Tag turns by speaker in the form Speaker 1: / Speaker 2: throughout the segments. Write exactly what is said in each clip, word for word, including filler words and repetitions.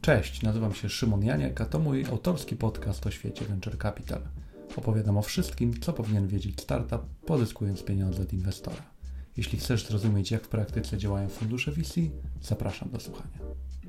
Speaker 1: Cześć, nazywam się Szymon Janiak, a to mój autorski podcast o świecie Venture Capital. Opowiadam o wszystkim, co powinien wiedzieć startup, pozyskując pieniądze od inwestora. Jeśli chcesz zrozumieć, jak w praktyce działają fundusze V C, zapraszam do słuchania.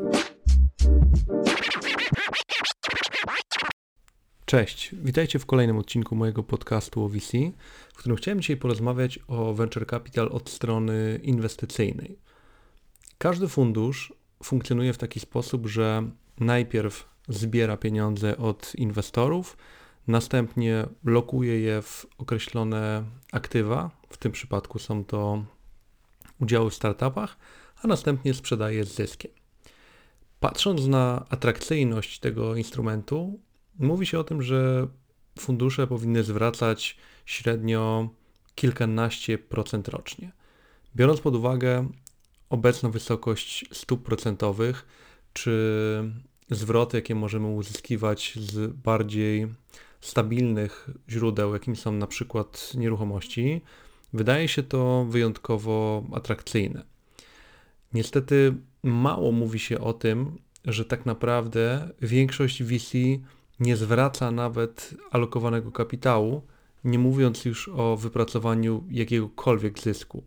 Speaker 1: Cześć, witajcie w kolejnym odcinku mojego podcastu o V C, w którym chciałem dzisiaj porozmawiać o Venture Capital od strony inwestycyjnej. Każdy fundusz funkcjonuje w taki sposób, że najpierw zbiera pieniądze od inwestorów, następnie lokuje je w określone aktywa, w tym przypadku są to udziały w startupach, a następnie sprzedaje je z zyskiem. Patrząc na atrakcyjność tego instrumentu, mówi się o tym, że fundusze powinny zwracać średnio kilkanaście procent rocznie. Biorąc pod uwagę obecną wysokość stóp procentowych, czy zwroty, jakie możemy uzyskiwać z bardziej stabilnych źródeł, jakim są na przykład nieruchomości, wydaje się to wyjątkowo atrakcyjne. Niestety mało mówi się o tym, że tak naprawdę większość V C nie zwraca nawet alokowanego kapitału, nie mówiąc już o wypracowaniu jakiegokolwiek zysku.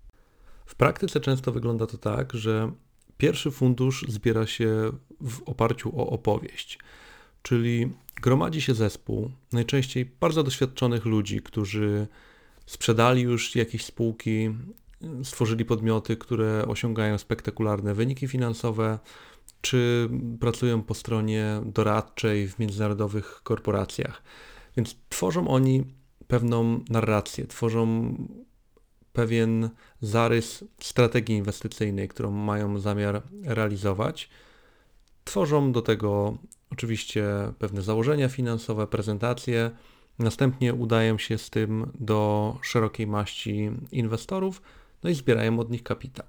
Speaker 1: W praktyce często wygląda to tak, że pierwszy fundusz zbiera się w oparciu o opowieść, czyli gromadzi się zespół, najczęściej bardzo doświadczonych ludzi, którzy sprzedali już jakieś spółki, stworzyli podmioty, które osiągają spektakularne wyniki finansowe, czy pracują po stronie doradczej w międzynarodowych korporacjach. Więc tworzą oni pewną narrację, tworzą pewien zarys strategii inwestycyjnej, którą mają zamiar realizować. Tworzą do tego oczywiście pewne założenia finansowe, prezentacje, następnie udają się z tym do szerokiej maści inwestorów, no i zbierają od nich kapitał.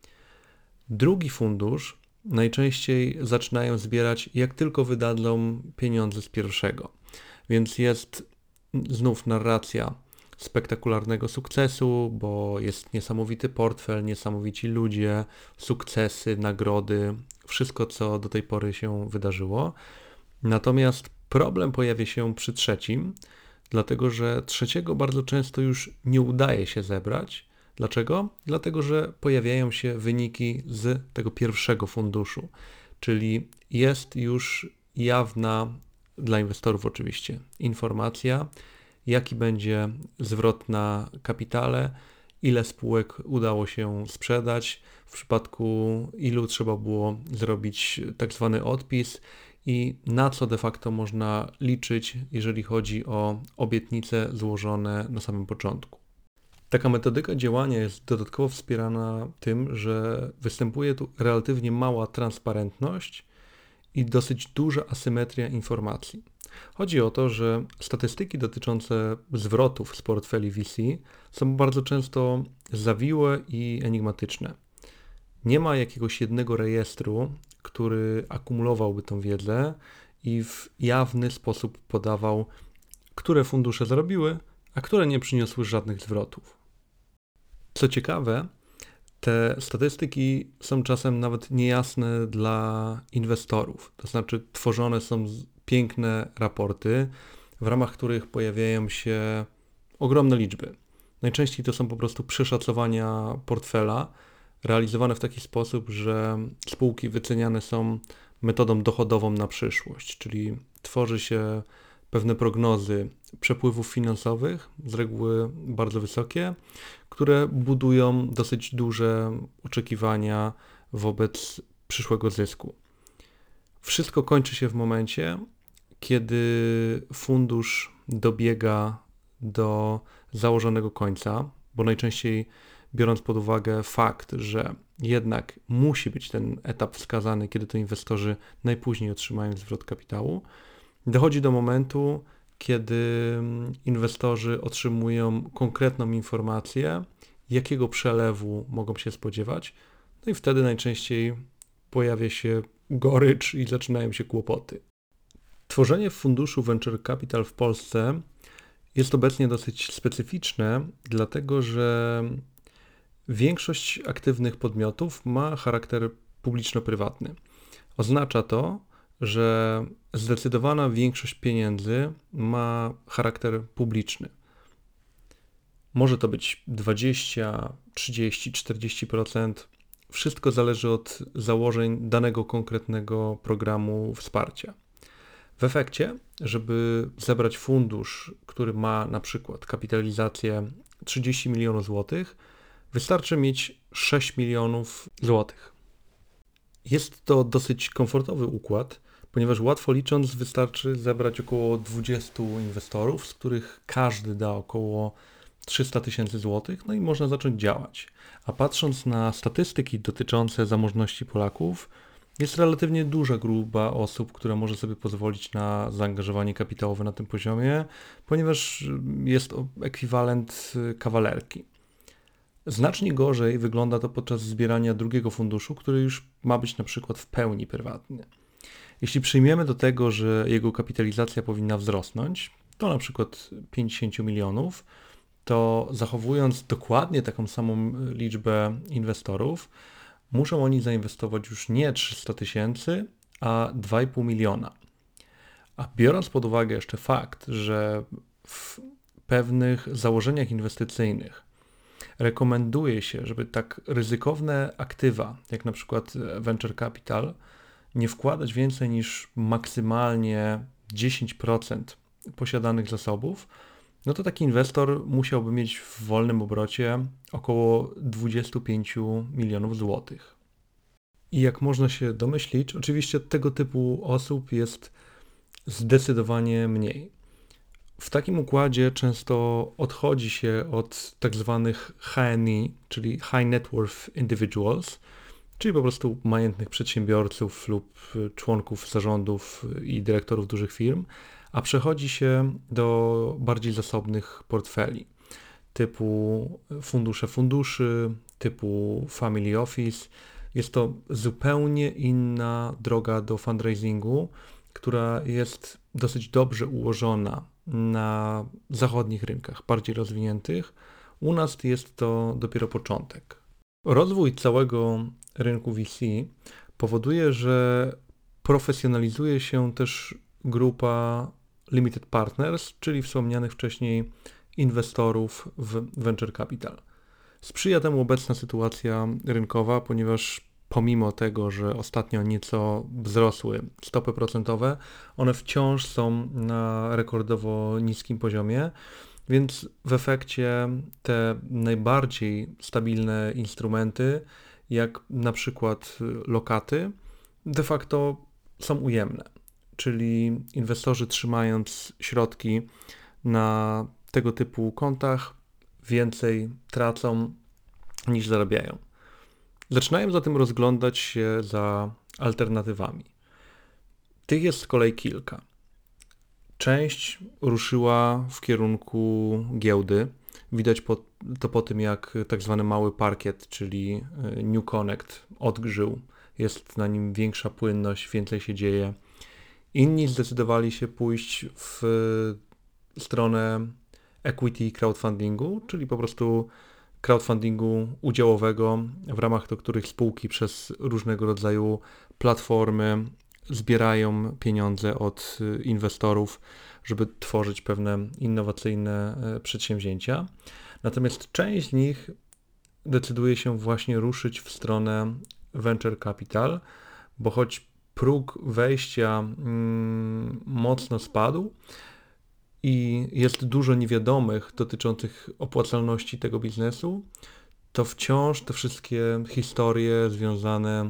Speaker 1: Drugi fundusz najczęściej zaczynają zbierać, jak tylko wydadzą pieniądze z pierwszego, więc jest znów narracja spektakularnego sukcesu, bo jest niesamowity portfel, niesamowici ludzie, sukcesy, nagrody, wszystko, co do tej pory się wydarzyło. Natomiast problem pojawia się przy trzecim, dlatego że trzeciego bardzo często już nie udaje się zebrać. Dlaczego? Dlatego, że pojawiają się wyniki z tego pierwszego funduszu, czyli jest już jawna dla inwestorów oczywiście informacja, jaki będzie zwrot na kapitale, ile spółek udało się sprzedać, w przypadku ilu trzeba było zrobić tak zwany odpis i na co de facto można liczyć, jeżeli chodzi o obietnice złożone na samym początku. Taka metodyka działania jest dodatkowo wspierana tym, że występuje tu relatywnie mała transparentność i dosyć duża asymetria informacji. Chodzi o to, że statystyki dotyczące zwrotów z portfeli V C są bardzo często zawiłe i enigmatyczne. Nie ma jakiegoś jednego rejestru, który akumulowałby tą wiedzę i w jawny sposób podawał, które fundusze zarobiły, a które nie przyniosły żadnych zwrotów. Co ciekawe, te statystyki są czasem nawet niejasne dla inwestorów, to znaczy tworzone są piękne raporty, w ramach których pojawiają się ogromne liczby. Najczęściej to są po prostu przeszacowania portfela, realizowane w taki sposób, że spółki wyceniane są metodą dochodową na przyszłość, czyli tworzy się pewne prognozy przepływów finansowych, z reguły bardzo wysokie, które budują dosyć duże oczekiwania wobec przyszłego zysku. Wszystko kończy się w momencie, kiedy fundusz dobiega do założonego końca, bo najczęściej biorąc pod uwagę fakt, że jednak musi być ten etap wskazany, kiedy to inwestorzy najpóźniej otrzymają zwrot kapitału, dochodzi do momentu, kiedy inwestorzy otrzymują konkretną informację, jakiego przelewu mogą się spodziewać, no i wtedy najczęściej pojawia się gorycz i zaczynają się kłopoty. Tworzenie funduszu Venture Capital w Polsce jest obecnie dosyć specyficzne, dlatego że większość aktywnych podmiotów ma charakter publiczno-prywatny. Oznacza to, że zdecydowana większość pieniędzy ma charakter publiczny. Może to być dwadzieścia, trzydzieści, czterdzieści procent. Wszystko zależy od założeń danego konkretnego programu wsparcia. W efekcie, żeby zebrać fundusz, który ma na przykład kapitalizację trzydzieści milionów złotych, wystarczy mieć sześć milionów złotych. Jest to dosyć komfortowy układ, ponieważ łatwo licząc wystarczy zebrać około dwudziestu inwestorów, z których każdy da około trzysta tysięcy złotych, no i można zacząć działać. A patrząc na statystyki dotyczące zamożności Polaków, jest relatywnie duża grupa osób, która może sobie pozwolić na zaangażowanie kapitałowe na tym poziomie, ponieważ jest to ekwiwalent kawalerki. Znacznie gorzej wygląda to podczas zbierania drugiego funduszu, który już ma być na przykład w pełni prywatny. Jeśli przyjmiemy do tego, że jego kapitalizacja powinna wzrosnąć, to na przykład pięćdziesiąt milionów, to zachowując dokładnie taką samą liczbę inwestorów, muszą oni zainwestować już nie trzysta tysięcy, a dwa i pół miliona. A biorąc pod uwagę jeszcze fakt, że w pewnych założeniach inwestycyjnych rekomenduje się, żeby tak ryzykowne aktywa, jak na przykład venture capital, nie wkładać więcej niż maksymalnie dziesięć procent posiadanych zasobów, no to taki inwestor musiałby mieć w wolnym obrocie około dwadzieścia pięć milionów złotych. I jak można się domyślić, oczywiście tego typu osób jest zdecydowanie mniej. W takim układzie często odchodzi się od tak zwanych H N I, czyli High Net Worth Individuals, czyli po prostu majętnych przedsiębiorców lub członków zarządów i dyrektorów dużych firm, a przechodzi się do bardziej zasobnych portfeli, typu fundusze funduszy, typu family office. Jest to zupełnie inna droga do fundraisingu, która jest dosyć dobrze ułożona na zachodnich rynkach, bardziej rozwiniętych. U nas jest to dopiero początek. Rozwój całego rynku V C powoduje, że profesjonalizuje się też grupa limited partners, czyli wspomnianych wcześniej inwestorów w venture capital. Sprzyja temu obecna sytuacja rynkowa, ponieważ pomimo tego, że ostatnio nieco wzrosły stopy procentowe, one wciąż są na rekordowo niskim poziomie, więc w efekcie te najbardziej stabilne instrumenty, jak na przykład lokaty, de facto są ujemne. Czyli inwestorzy trzymając środki na tego typu kontach więcej tracą niż zarabiają. Zaczynają zatem rozglądać się za alternatywami. Tych jest z kolei kilka. Część ruszyła w kierunku giełdy. Widać po, to po tym, jak tak zwany mały parkiet, czyli New Connect odgrzył. Jest na nim większa płynność, więcej się dzieje. Inni zdecydowali się pójść w stronę equity crowdfundingu, czyli po prostu crowdfundingu udziałowego, w ramach do których spółki przez różnego rodzaju platformy zbierają pieniądze od inwestorów, żeby tworzyć pewne innowacyjne przedsięwzięcia. Natomiast część z nich decyduje się właśnie ruszyć w stronę venture capital, bo choć próg wejścia mm, mocno spadł i jest dużo niewiadomych dotyczących opłacalności tego biznesu, to wciąż te wszystkie historie związane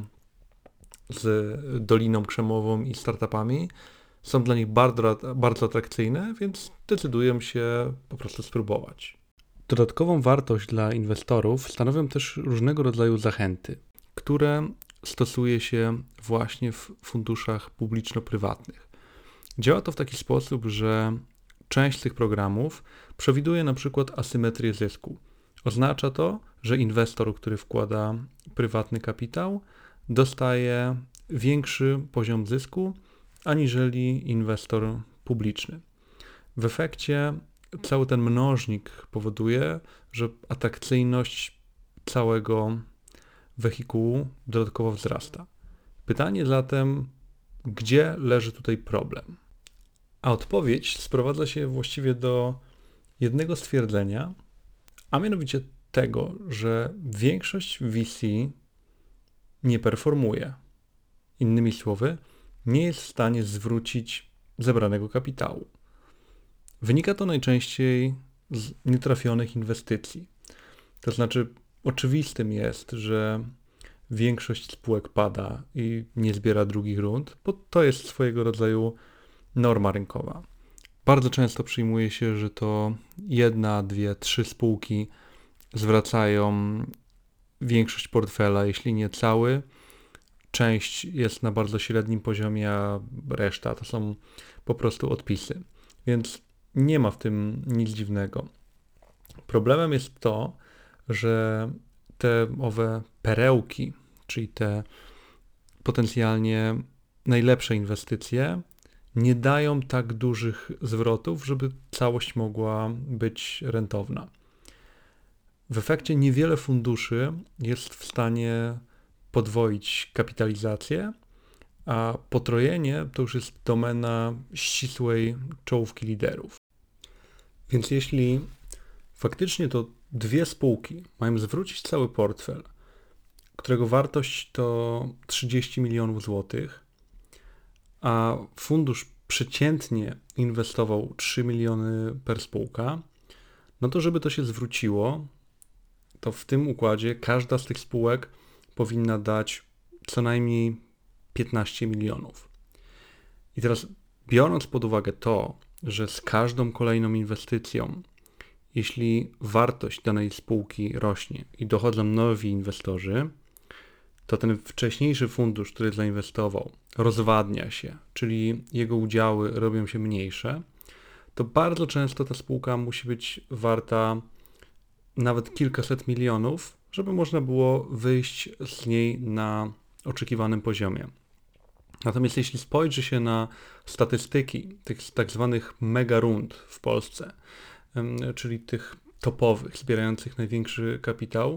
Speaker 1: z Doliną Krzemową i startupami są dla nich bardzo, bardzo atrakcyjne, więc decydują się po prostu spróbować. Dodatkową wartość dla inwestorów stanowią też różnego rodzaju zachęty, które stosuje się właśnie w funduszach publiczno-prywatnych. Działa to w taki sposób, że część z tych programów przewiduje na przykład asymetrię zysku. Oznacza to, że inwestor, który wkłada prywatny kapitał, dostaje większy poziom zysku aniżeli inwestor publiczny. W efekcie cały ten mnożnik powoduje, że atrakcyjność całego wehikułu dodatkowo wzrasta. Pytanie zatem, gdzie leży tutaj problem? A odpowiedź sprowadza się właściwie do jednego stwierdzenia, a mianowicie tego, że większość V C nie performuje. Innymi słowy, nie jest w stanie zwrócić zebranego kapitału. Wynika to najczęściej z nietrafionych inwestycji. To znaczy, oczywistym jest, że większość spółek pada i nie zbiera drugich rund, bo to jest swojego rodzaju norma rynkowa. Bardzo często przyjmuje się, że to jedna, dwie, trzy spółki zwracają większość portfela, jeśli nie cały. Część jest na bardzo średnim poziomie, a reszta to są po prostu odpisy. Więc nie ma w tym nic dziwnego. Problemem jest to, że te owe perełki, czyli te potencjalnie najlepsze inwestycje, nie dają tak dużych zwrotów, żeby całość mogła być rentowna. W efekcie niewiele funduszy jest w stanie podwoić kapitalizację, a potrojenie to już jest domena ścisłej czołówki liderów. Więc jeśli faktycznie to dwie spółki mają zwrócić cały portfel, którego wartość to trzydzieści milionów złotych, a fundusz przeciętnie inwestował trzy miliony per spółka, no to żeby to się zwróciło, to w tym układzie każda z tych spółek powinna dać co najmniej piętnaście milionów. I teraz biorąc pod uwagę to, że z każdą kolejną inwestycją, jeśli wartość danej spółki rośnie i dochodzą nowi inwestorzy, to ten wcześniejszy fundusz, który zainwestował, rozwadnia się, czyli jego udziały robią się mniejsze, to bardzo często ta spółka musi być warta nawet kilkaset milionów, żeby można było wyjść z niej na oczekiwanym poziomie. Natomiast jeśli spojrzy się na statystyki tych tak zwanych mega rund w Polsce, czyli tych topowych, zbierających największy kapitał,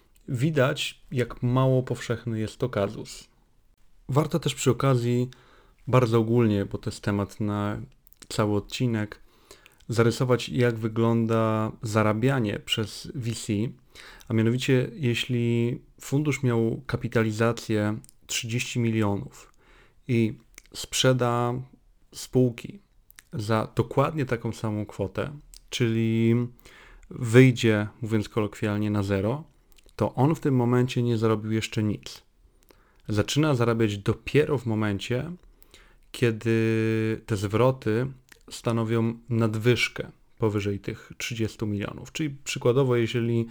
Speaker 1: widać, jak mało powszechny jest to kazus. Warto też przy okazji bardzo ogólnie, bo to jest temat na cały odcinek, zarysować, jak wygląda zarabianie przez V C, a mianowicie jeśli fundusz miał kapitalizację trzydzieści milionów i sprzeda spółki za dokładnie taką samą kwotę, czyli wyjdzie, mówiąc kolokwialnie, na zero, to on w tym momencie nie zarobił jeszcze nic. Zaczyna zarabiać dopiero w momencie, kiedy te zwroty stanowią nadwyżkę powyżej tych trzydziestu milionów. Czyli przykładowo, jeżeli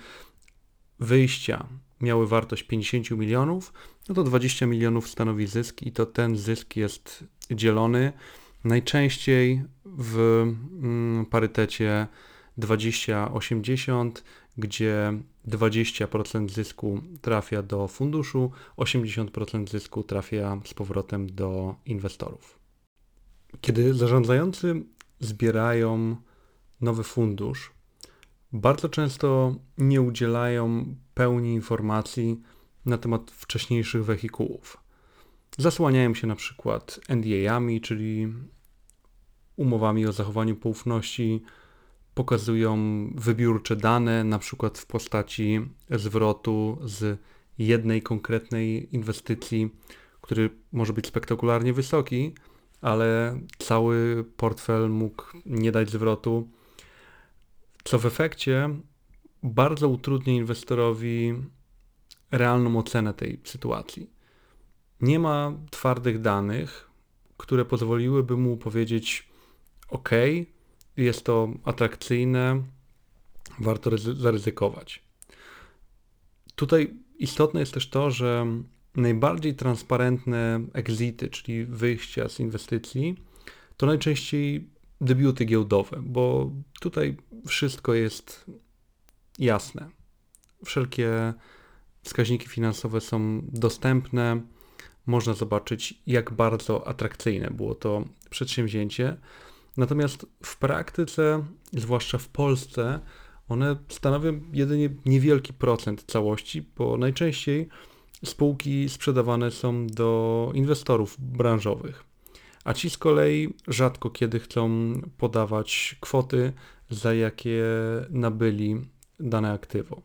Speaker 1: wyjścia miały wartość pięćdziesiąt milionów, no to dwadzieścia milionów stanowi zysk i to ten zysk jest dzielony najczęściej w mm, parytecie dwadzieścia osiemdziesiąt, gdzie dwadzieścia procent zysku trafia do funduszu, osiemdziesiąt procent zysku trafia z powrotem do inwestorów. Kiedy zarządzający zbierają nowy fundusz, bardzo często nie udzielają pełni informacji na temat wcześniejszych wehikułów. Zasłaniają się na przykład N D A-ami, czyli umowami o zachowaniu poufności, pokazują wybiórcze dane, na przykład w postaci zwrotu z jednej konkretnej inwestycji, który może być spektakularnie wysoki, ale cały portfel mógł nie dać zwrotu, co w efekcie bardzo utrudnia inwestorowi realną ocenę tej sytuacji. Nie ma twardych danych, które pozwoliłyby mu powiedzieć: OK, jest to atrakcyjne, warto ryzy- zaryzykować. Tutaj istotne jest też to, że najbardziej transparentne exity, czyli wyjścia z inwestycji, to najczęściej debiuty giełdowe, bo tutaj wszystko jest jasne. Wszelkie wskaźniki finansowe są dostępne, można zobaczyć, jak bardzo atrakcyjne było to przedsięwzięcie. Natomiast w praktyce, zwłaszcza w Polsce, one stanowią jedynie niewielki procent całości, bo najczęściej spółki sprzedawane są do inwestorów branżowych, a ci z kolei rzadko kiedy chcą podawać kwoty, za jakie nabyli dane aktywo.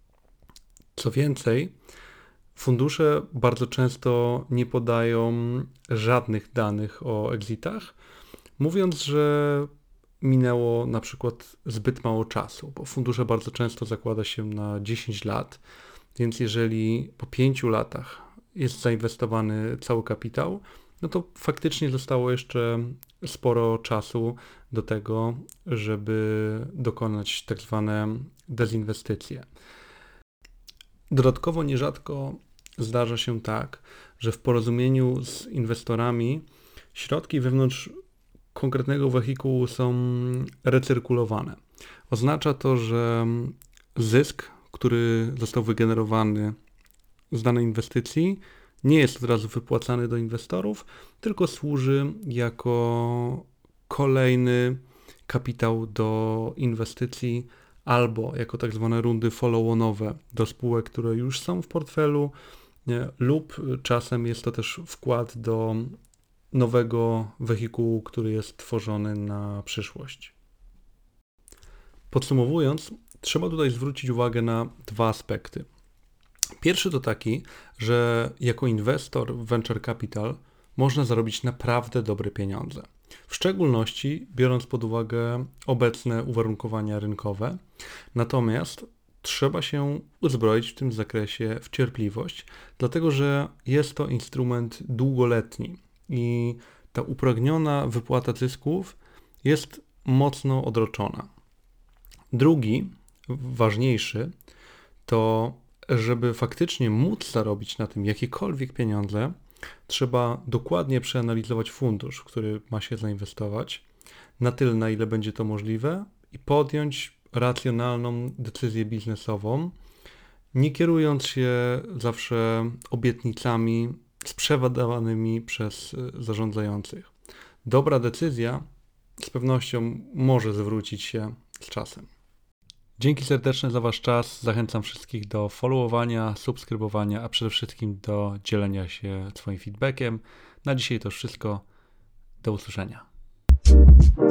Speaker 1: Co więcej, fundusze bardzo często nie podają żadnych danych o exitach, mówiąc, że minęło na przykład zbyt mało czasu, bo fundusze bardzo często zakłada się na dziesięć lat, więc jeżeli po pięciu latach jest zainwestowany cały kapitał, no to faktycznie zostało jeszcze sporo czasu do tego, żeby dokonać tak zwane dezinwestycje. Dodatkowo nierzadko zdarza się tak, że w porozumieniu z inwestorami środki wewnątrz konkretnego wehikułu są recyrkulowane. Oznacza to, że zysk, który został wygenerowany z danej inwestycji, nie jest od razu wypłacany do inwestorów, tylko służy jako kolejny kapitał do inwestycji albo jako tak zwane rundy follow-onowe do spółek, które już są w portfelu, nie, lub czasem jest to też wkład do nowego wehikułu, który jest tworzony na przyszłość. Podsumowując, trzeba tutaj zwrócić uwagę na dwa aspekty. Pierwszy to taki, że jako inwestor w venture capital można zarobić naprawdę dobre pieniądze. W szczególności biorąc pod uwagę obecne uwarunkowania rynkowe. Natomiast trzeba się uzbroić w tym zakresie w cierpliwość, dlatego że jest to instrument długoletni i ta upragniona wypłata zysków jest mocno odroczona. Drugi, ważniejszy, to żeby faktycznie móc zarobić na tym jakiekolwiek pieniądze, trzeba dokładnie przeanalizować fundusz, w który ma się zainwestować, na tyle, na ile będzie to możliwe i podjąć racjonalną decyzję biznesową, nie kierując się zawsze obietnicami sprzedawanymi przez zarządzających. Dobra decyzja z pewnością może zwrócić się z czasem. Dzięki serdeczne za Wasz czas. Zachęcam wszystkich do followowania, subskrybowania, a przede wszystkim do dzielenia się swoim feedbackiem. Na dzisiaj to już wszystko. Do usłyszenia.